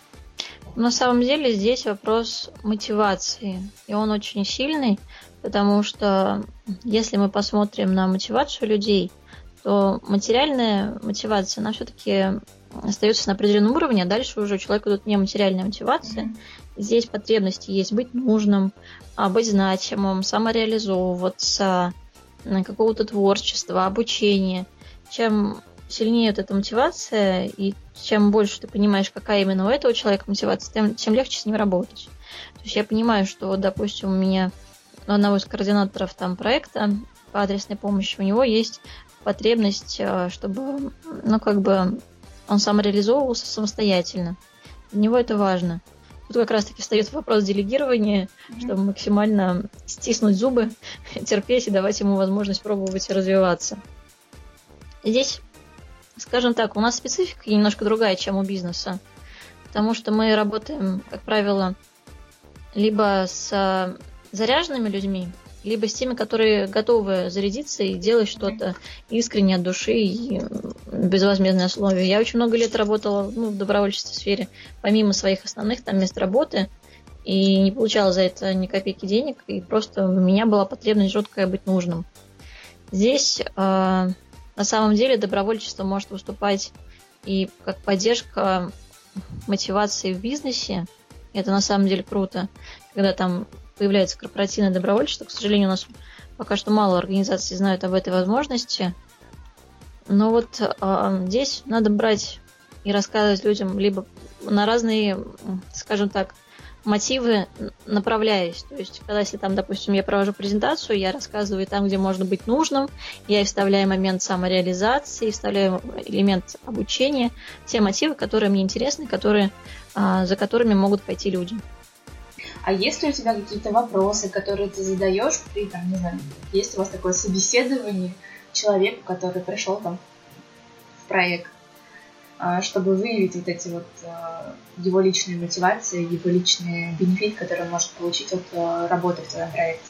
На самом деле здесь вопрос мотивации, и он очень сильный, потому что если мы посмотрим на мотивацию людей, то материальная мотивация, она все-таки остается на определенном уровне, а дальше уже у человека идут нематериальная мотивация. Мгм. Здесь потребности есть быть нужным, а, быть значимым, самореализовываться, м, какого-то творчества, обучения. Чем сильнее вот эта мотивация, и чем больше ты понимаешь, какая именно у этого человека мотивация, тем, тем легче с ним работать. То есть я понимаю, что, вот, допустим, у меня у одного из координаторов там проекта по адресной помощи, у него есть потребность, э, чтобы, ну, как бы он самореализовывался самостоятельно. Для него это важно. Тут как раз-таки встает вопрос делегирования, Мгм. чтобы максимально стиснуть зубы, терпеть и давать ему возможность пробовать и развиваться. Здесь, скажем так, у нас специфика немножко другая, чем у бизнеса, потому что мы работаем, как правило, либо с э, заряженными людьми, либо с теми, которые готовы зарядиться и делать что-то искренне от души и м, безвозмездной основе. Я очень много лет работала, ну, в добровольческой сфере, помимо своих основных там мест работы, и не получала за это ни копейки денег, и просто у меня была потребность жуткая быть нужным. Здесь э, на самом деле добровольчество может выступать и как поддержка мотивации в бизнесе. Это на самом деле круто, когда там появляется корпоративное добровольчество. К сожалению, у нас пока что мало организаций знают об этой возможности. Но вот э, здесь надо брать и рассказывать людям либо на разные, скажем так, мотивы направляюсь. То есть, когда, если там, допустим, я провожу презентацию, я рассказываю там, где можно быть нужным, я и вставляю момент самореализации, вставляю элемент обучения, те мотивы, которые мне интересны, которые, за которыми могут пойти люди. А есть ли у тебя какие-то вопросы, которые ты задаешь при, там, не знаю, есть у вас такое собеседование человеку, который пришел там в проект, чтобы выявить вот эти вот его личные мотивации, его личный бенефит, который он может получить от работы в твоем проекте?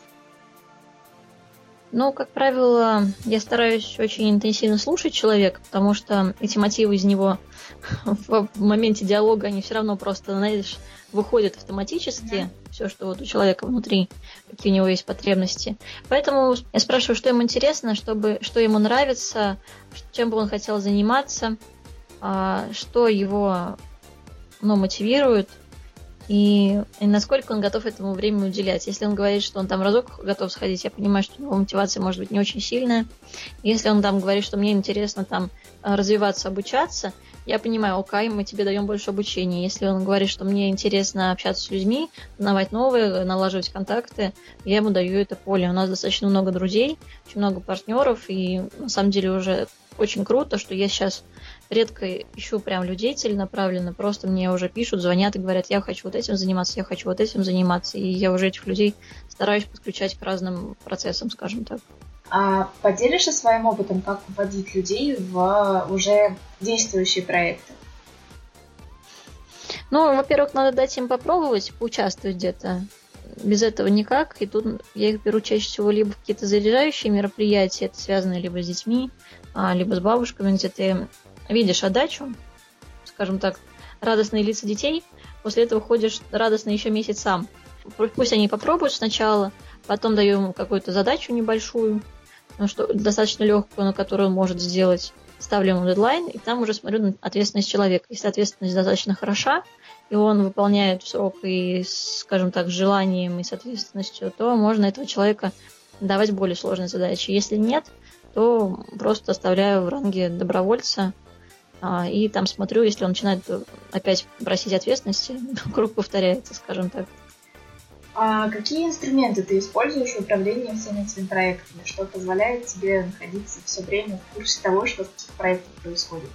Ну, как правило, я стараюсь очень интенсивно слушать человека, потому что эти мотивы из него в моменте диалога, они все равно просто, знаешь, выходят автоматически. Mm-hmm. Все, что вот у человека внутри, какие у него есть потребности. Поэтому я спрашиваю, что ему интересно, чтобы, что ему нравится, чем бы он хотел заниматься, что его, ну, мотивирует и, и насколько он готов этому времени уделять. Если он говорит, что он там разок готов сходить, я понимаю, что у него мотивация может быть не очень сильная. Если он там говорит, что мне интересно там развиваться, обучаться, я понимаю, окей, мы тебе даем больше обучения. Если он говорит, что мне интересно общаться с людьми, узнавать новые, налаживать контакты, я ему даю это поле. У нас достаточно много друзей, очень много партнеров, и на самом деле уже очень круто, что я сейчас редко ищу прям людей целенаправленно, просто мне уже пишут, звонят и говорят, я хочу вот этим заниматься, я хочу вот этим заниматься, и я уже этих людей стараюсь подключать к разным процессам, скажем так. А поделишься своим опытом, как вводить людей в уже действующие проекты? Ну, во-первых, надо дать им попробовать, поучаствовать где-то. Без этого никак. И тут я их беру чаще всего либо в какие-то заряжающие мероприятия, это связано либо с детьми, либо с бабушками, где ты видишь отдачу, скажем так, радостные лица детей, после этого ходишь радостно еще месяц сам. Пусть они попробуют сначала, потом даю ему какую-то задачу небольшую, ну, что, достаточно легкую, на которую он может сделать. Ставлю ему дедлайн, и там уже смотрю на ответственность человека. Если ответственность достаточно хороша, и он выполняет в срок и, скажем так, с желанием и с ответственностью, то можно этого человека давать более сложные задачи. Если нет, то просто оставляю в ранге добровольца, а, и там смотрю, если он начинает опять просить ответственности, круг повторяется, скажем так. А какие инструменты ты используешь в управлении всеми этими проектами? Что позволяет тебе находиться все время в курсе того, что в этих проектах происходит?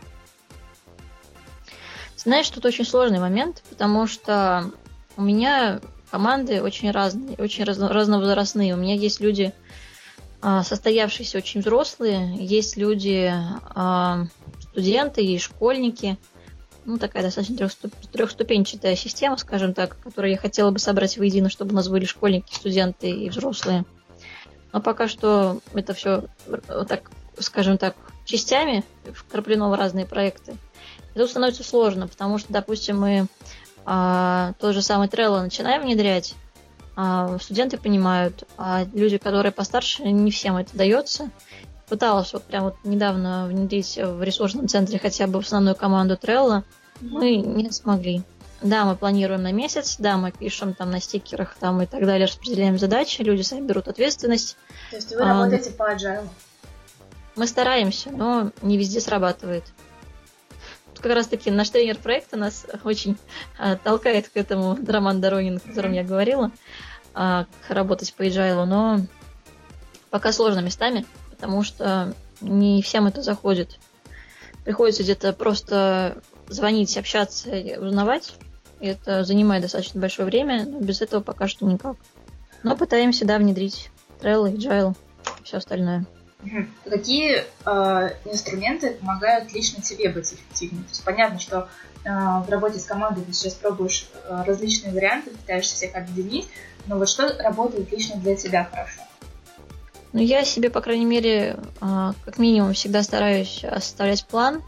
Знаешь, тут очень сложный момент, потому что у меня команды очень разные, очень разно- разновозрастные. У меня есть люди, а, состоявшиеся очень взрослые, есть люди, а, студенты и школьники. Ну, такая достаточно трехступ- трехступенчатая система, скажем так, которую я хотела бы собрать воедино, чтобы у нас были школьники, студенты и взрослые. Но пока что это все, так, скажем так, частями вкраплено в разные проекты. И тут становится сложно, потому что, допустим, мы а, тот же самый Trello начинаем внедрять, а, студенты понимают, а люди, которые постарше, не всем это дается. Пыталась вот прям вот недавно внедрить в ресурсном центре хотя бы в основную команду Trello, мы не смогли. Да, мы планируем на месяц, да, мы пишем там на стикерах там и так далее, распределяем задачи, люди сами берут ответственность. То есть вы а, работаете по agile? Мы стараемся, но не везде срабатывает. Тут как раз таки наш тренер проекта нас очень а, толкает к этому, Роман Доронин, о котором mm-hmm. я говорила, а, работать по agile, но пока сложно местами, потому что не всем это заходит. Приходится где-то просто звонить, общаться, узнавать. И это занимает достаточно большое время, но без этого пока что никак. Но пытаемся, да, внедрить Trello, Agile, все остальное. Угу. Какие э, инструменты помогают лично тебе быть эффективнее? То есть понятно, что э, в работе с командой ты сейчас пробуешь э, различные варианты, пытаешься всех объединить, но вот что работает лично для тебя хорошо? Ну, я себе, по крайней мере, как минимум всегда стараюсь составлять план,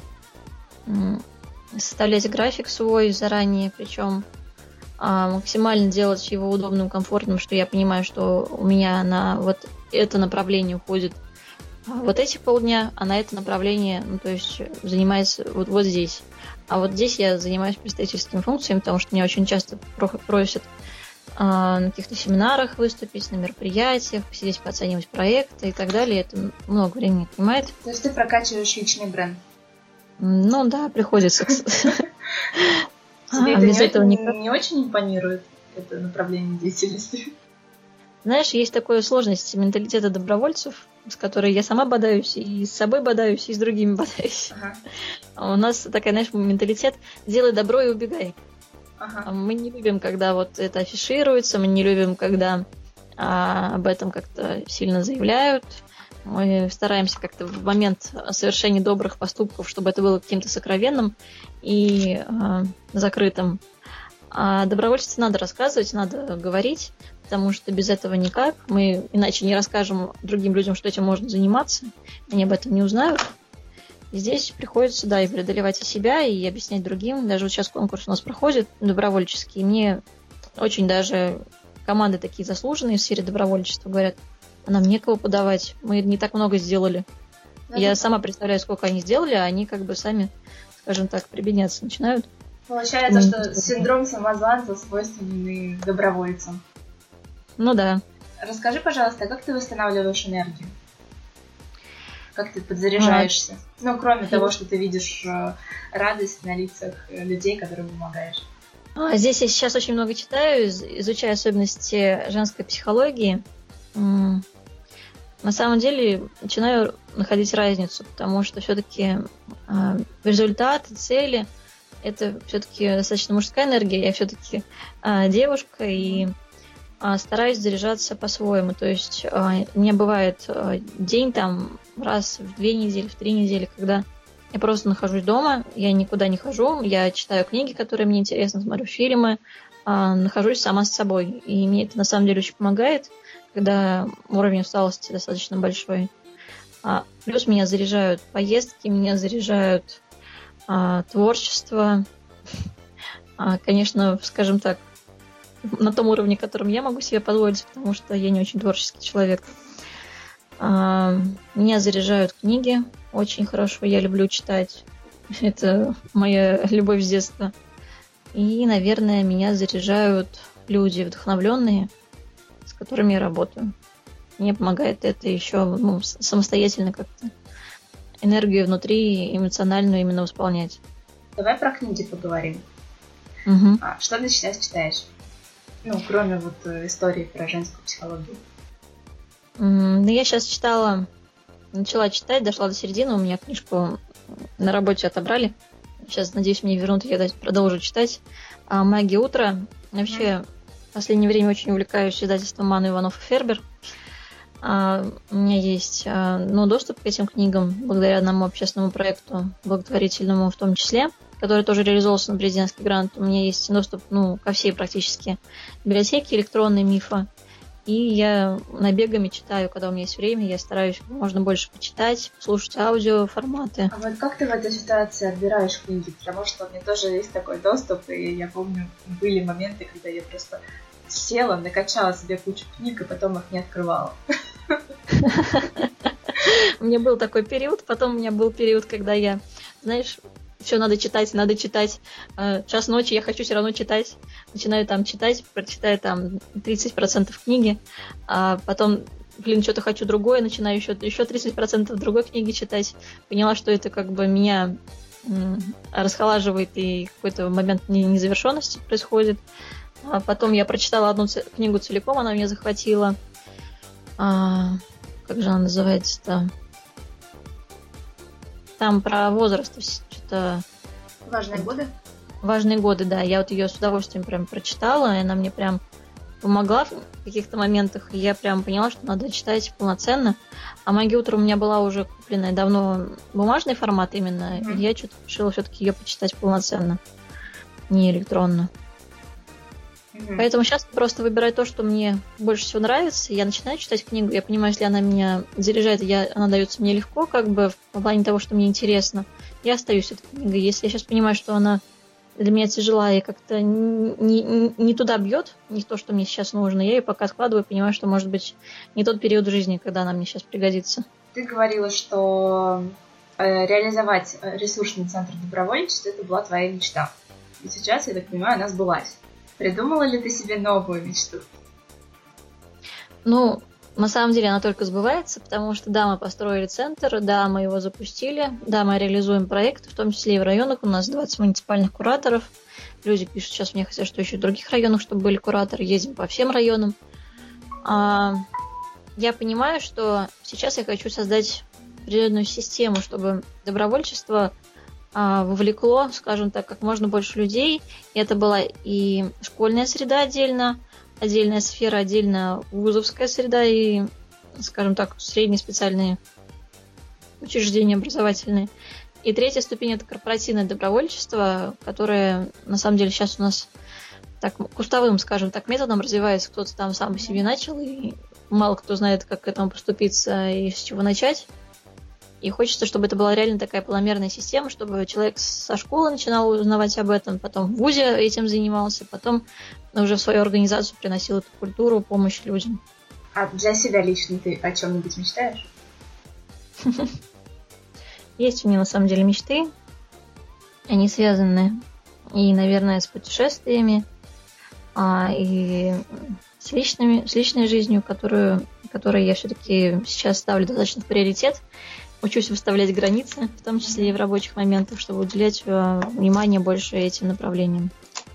составлять график свой заранее, причем максимально делать его удобным, комфортным, что я понимаю, что у меня на вот это направление уходит вот эти полдня, а на это направление, ну, то есть занимается вот, вот здесь. А вот здесь я занимаюсь представительскими функциями, потому что меня очень часто просят на каких-то семинарах выступить, на мероприятиях, посидеть, пооценивать проекты и так далее. Это много времени отнимает. То есть ты прокачиваешь личный бренд? Ну да, приходится. Тебе А, это без не, этого никак. не очень импонирует, это направление деятельности? Знаешь, есть такая сложность менталитета добровольцев, с которой я сама бодаюсь, и с собой бодаюсь, и с другими бодаюсь. Ага, А у нас такой, знаешь, менталитет «делай добро и убегай». ага. А Мы не любим, когда вот это афишируется, мы не любим, когда а, об этом как-то сильно заявляют. Мы стараемся как-то в момент совершения добрых поступков, чтобы это было каким-то сокровенным и а, закрытым. А добровольчеству надо рассказывать, надо говорить, потому что без этого никак. Мы иначе не расскажем другим людям, что этим можно заниматься. Они об этом не узнают. И здесь приходится, да, и преодолевать и себя, и объяснять другим. Даже вот сейчас конкурс у нас проходит добровольческий. И мне очень даже команды такие заслуженные в сфере добровольчества говорят, а нам некого подавать, мы не так много сделали. Да, Я да. сама представляю, сколько они сделали, а они как бы сами, скажем так, прибедняться начинают. Получается, Мы- что синдром самозванца свойственный добровольцам. Ну да. Расскажи, пожалуйста, как ты восстанавливаешь энергию? Как ты подзаряжаешься? Ну, кроме того, что ты видишь э, радость на лицах э, людей, которым помогаешь. А, Здесь я сейчас очень много читаю, из- изучаю особенности женской психологии. М, На самом деле начинаю находить разницу, потому что все-таки результаты, цели это все-таки достаточно мужская энергия. Я все-таки девушка и а, стараюсь заряжаться по-своему. То есть а, у меня бывает а, день там раз в две недели, в три недели, когда я просто нахожусь дома, я никуда не хожу, я читаю книги, которые мне интересны, смотрю фильмы, а, нахожусь сама с собой. И мне это на самом деле очень помогает, когда уровень усталости достаточно большой. А, плюс меня заряжают поездки, меня заряжают а, творчество. А, конечно, скажем так, на том уровне, которым я могу себе позволить, потому что я не очень творческий человек. А, меня заряжают книги очень хорошо, я люблю читать. Это моя любовь с детства. И, наверное, меня заряжают люди вдохновленные, с которыми я работаю. Мне помогает это еще ну, самостоятельно как-то энергию внутри эмоциональную именно восполнять. Давай про книги поговорим. Угу. А, что ты сейчас читаешь? Ну, кроме вот э, истории про женскую психологию. Ну, я сейчас читала, начала читать, дошла до середины, у меня книжку на работе отобрали. Сейчас, надеюсь, мне вернут, я продолжу читать. А, «Магия утра». Вообще, в последнее время очень увлекаюсь издательством Мана, Иванов и Фербер. А, у меня есть а, ну, доступ к этим книгам благодаря одному общественному проекту, благотворительному в том числе, который тоже реализовался на президентский грант. У меня есть доступ ну, ко всей практически библиотеке электронной Мифа. И я набегами читаю, когда у меня есть время, я стараюсь как можно больше почитать, слушать аудиоформаты. А вот как ты в этой ситуации отбираешь книги? Потому что у меня тоже есть такой доступ, и я помню, были моменты, когда я просто села, накачала себе кучу книг, и потом их не открывала. У меня был такой период, потом у меня был период, когда я, знаешь, все надо читать, надо читать. Час ночи, я хочу все равно читать. Начинаю там читать, прочитаю там тридцать процентов книги, а потом, блин, что-то хочу другое, начинаю еще, еще тридцать процентов другой книги читать. Поняла, что это как бы меня м, расхолаживает, и какой-то момент незавершенности происходит. А потом я прочитала одну ц- книгу целиком, она меня захватила. А, как же она называется-то? Там про возраст, что-то... Важные годы? Важные годы, да. Я вот ее с удовольствием прям прочитала, и она мне прям помогла в каких-то моментах, и я прям поняла, что надо читать полноценно. А «Магия утра» у меня была уже купленная давно бумажный формат именно, Mm-hmm. и я что-то решила все-таки ее почитать полноценно, не электронно. Mm-hmm. Поэтому сейчас просто выбираю то, что мне больше всего нравится. Я начинаю читать книгу, я понимаю, если она меня заряжает, я, она дается мне легко, как бы в плане того, что мне интересно. Я остаюсь с этой книгой. Если я сейчас понимаю, что она для меня тяжела и как-то не, не, не туда бьет, не то, что мне сейчас нужно, я ее пока откладываю, понимаю, что может быть не тот период жизни, когда она мне сейчас пригодится. Ты говорила, что э, реализовать ресурсный центр добровольчества — это была твоя мечта. И сейчас, я так понимаю, она сбылась. Придумала ли ты себе новую мечту? Ну, На самом деле она только сбывается, потому что, да, мы построили центр, да, мы его запустили, да, мы реализуем проекты, в том числе и в районах. У нас двадцать муниципальных кураторов. Люди пишут сейчас мне, хотят, что еще в других районах, чтобы были кураторы. Ездим по всем районам. А, я понимаю, что сейчас я хочу создать определенную систему, чтобы добровольчество а, вовлекло, скажем так, как можно больше людей. И это была и школьная среда отдельно, отдельная сфера, отдельно вузовская среда и, скажем так, средние специальные учреждения образовательные. И третья ступень – это корпоративное добровольчество, которое, на самом деле, сейчас у нас так кустовым, скажем так, методом развивается. Кто-то там сам по себе начал, и мало кто знает, как к этому поступиться и с чего начать. И хочется, чтобы это была реально такая полномерная система, чтобы человек со школы начинал узнавать об этом, потом в вузе этим занимался, потом уже в свою организацию приносил эту культуру, помощь людям. А для себя лично ты о чем-нибудь мечтаешь? Есть у меня на самом деле мечты. Они связаны и, наверное, с путешествиями, а, и с, личными, с личной жизнью, которую, которую я все-таки сейчас ставлю достаточно в приоритет. Учусь выставлять границы, в том числе и в рабочих моментах, чтобы уделять внимание больше этим направлениям.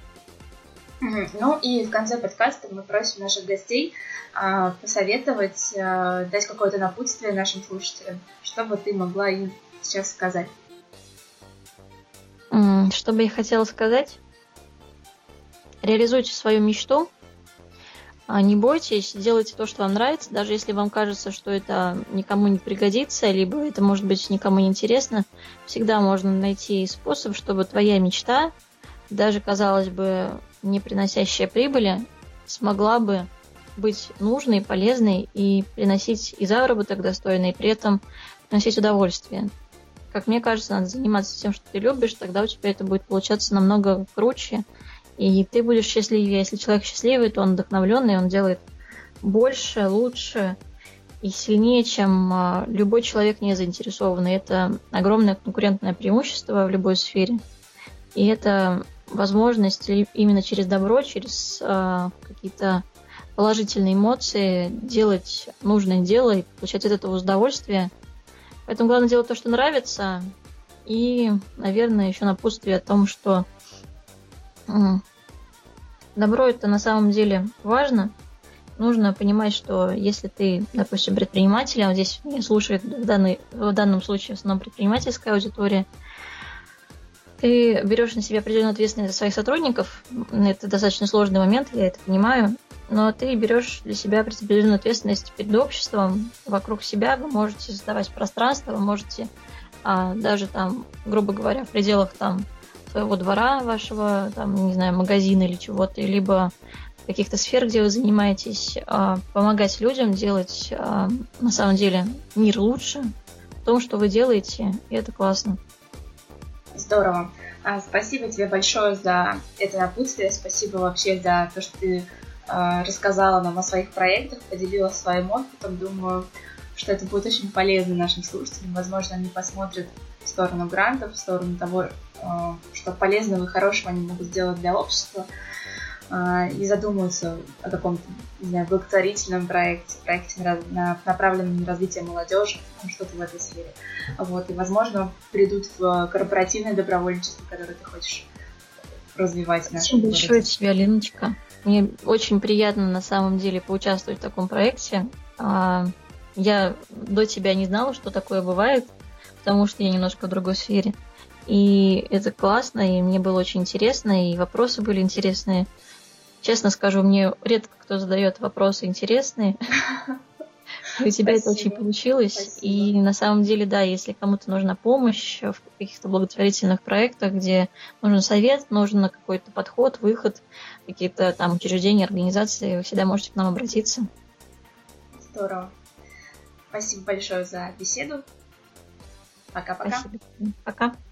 Ну и в конце подкаста мы просим наших гостей а, посоветовать, а, дать какое-то напутствие нашим слушателям. Что бы ты могла им сейчас сказать? Что бы я хотела сказать? Реализуйте свою мечту. Не бойтесь, делайте то, что вам нравится, даже если вам кажется, что это никому не пригодится, либо это, может быть, никому не интересно. Всегда можно найти способ, чтобы твоя мечта, даже, казалось бы, не приносящая прибыли, смогла бы быть нужной, полезной и приносить и заработок достойный, и при этом приносить удовольствие. Как мне кажется, надо заниматься тем, что ты любишь, тогда у тебя это будет получаться намного круче, и ты будешь счастливее. Если человек счастливый, то он вдохновленный, он делает больше, лучше и сильнее, чем любой человек не заинтересованный. Это огромное конкурентное преимущество в любой сфере. И это возможность именно через добро, через э, какие-то положительные эмоции делать нужное дело и получать от этого удовольствие. Поэтому главное делать то, что нравится. И, наверное, еще напутствие о том, что э, добро это на самом деле важно. Нужно понимать, что если ты, допустим, предприниматель, а вот здесь меня слушает в, данный, в данном случае в основном предпринимательская аудитория, ты берешь на себя определенную ответственность за своих сотрудников. Это достаточно сложный момент, я это понимаю. Но ты берешь для себя определенную ответственность перед обществом, вокруг себя. Вы можете создавать пространство, вы можете а, даже там, грубо говоря, в пределах там своего двора, вашего, там, не знаю, магазина или чего-то, либо каких-то сфер, где вы занимаетесь, а, помогать людям делать а, на самом деле мир лучше в том, что вы делаете, и это классно. Здорово. А, спасибо тебе большое за это напутствие. Спасибо вообще за то, что ты а, рассказала нам о своих проектах, поделилась своим опытом. Думаю, что это будет очень полезно нашим слушателям. Возможно, они посмотрят в сторону грантов, в сторону того, а, что полезного и хорошего они могут сделать для общества. А, и задумаются о каком-то, не знаю, благотворительном проекте, проекте, направленном на развитие молодежи, что-то в этой сфере. Вот, и, возможно, придут в корпоративное добровольчество, которое ты хочешь развивать. Спасибо большое тебе, Алиночка. Мне очень приятно на самом деле поучаствовать в таком проекте. Я до тебя не знала, что такое бывает, потому что я немножко в другой сфере. И это классно, и мне было очень интересно, и вопросы были интересные. Честно скажу, мне редко кто задает вопросы интересные. И у тебя это очень получилось. И на самом деле, да, если кому-то нужна помощь в каких-то благотворительных проектах, где нужен совет, нужен какой-то подход, выход, какие-то там учреждения, организации, вы всегда можете к нам обратиться. Здорово. Спасибо большое за беседу. Пока-пока. Спасибо. Пока.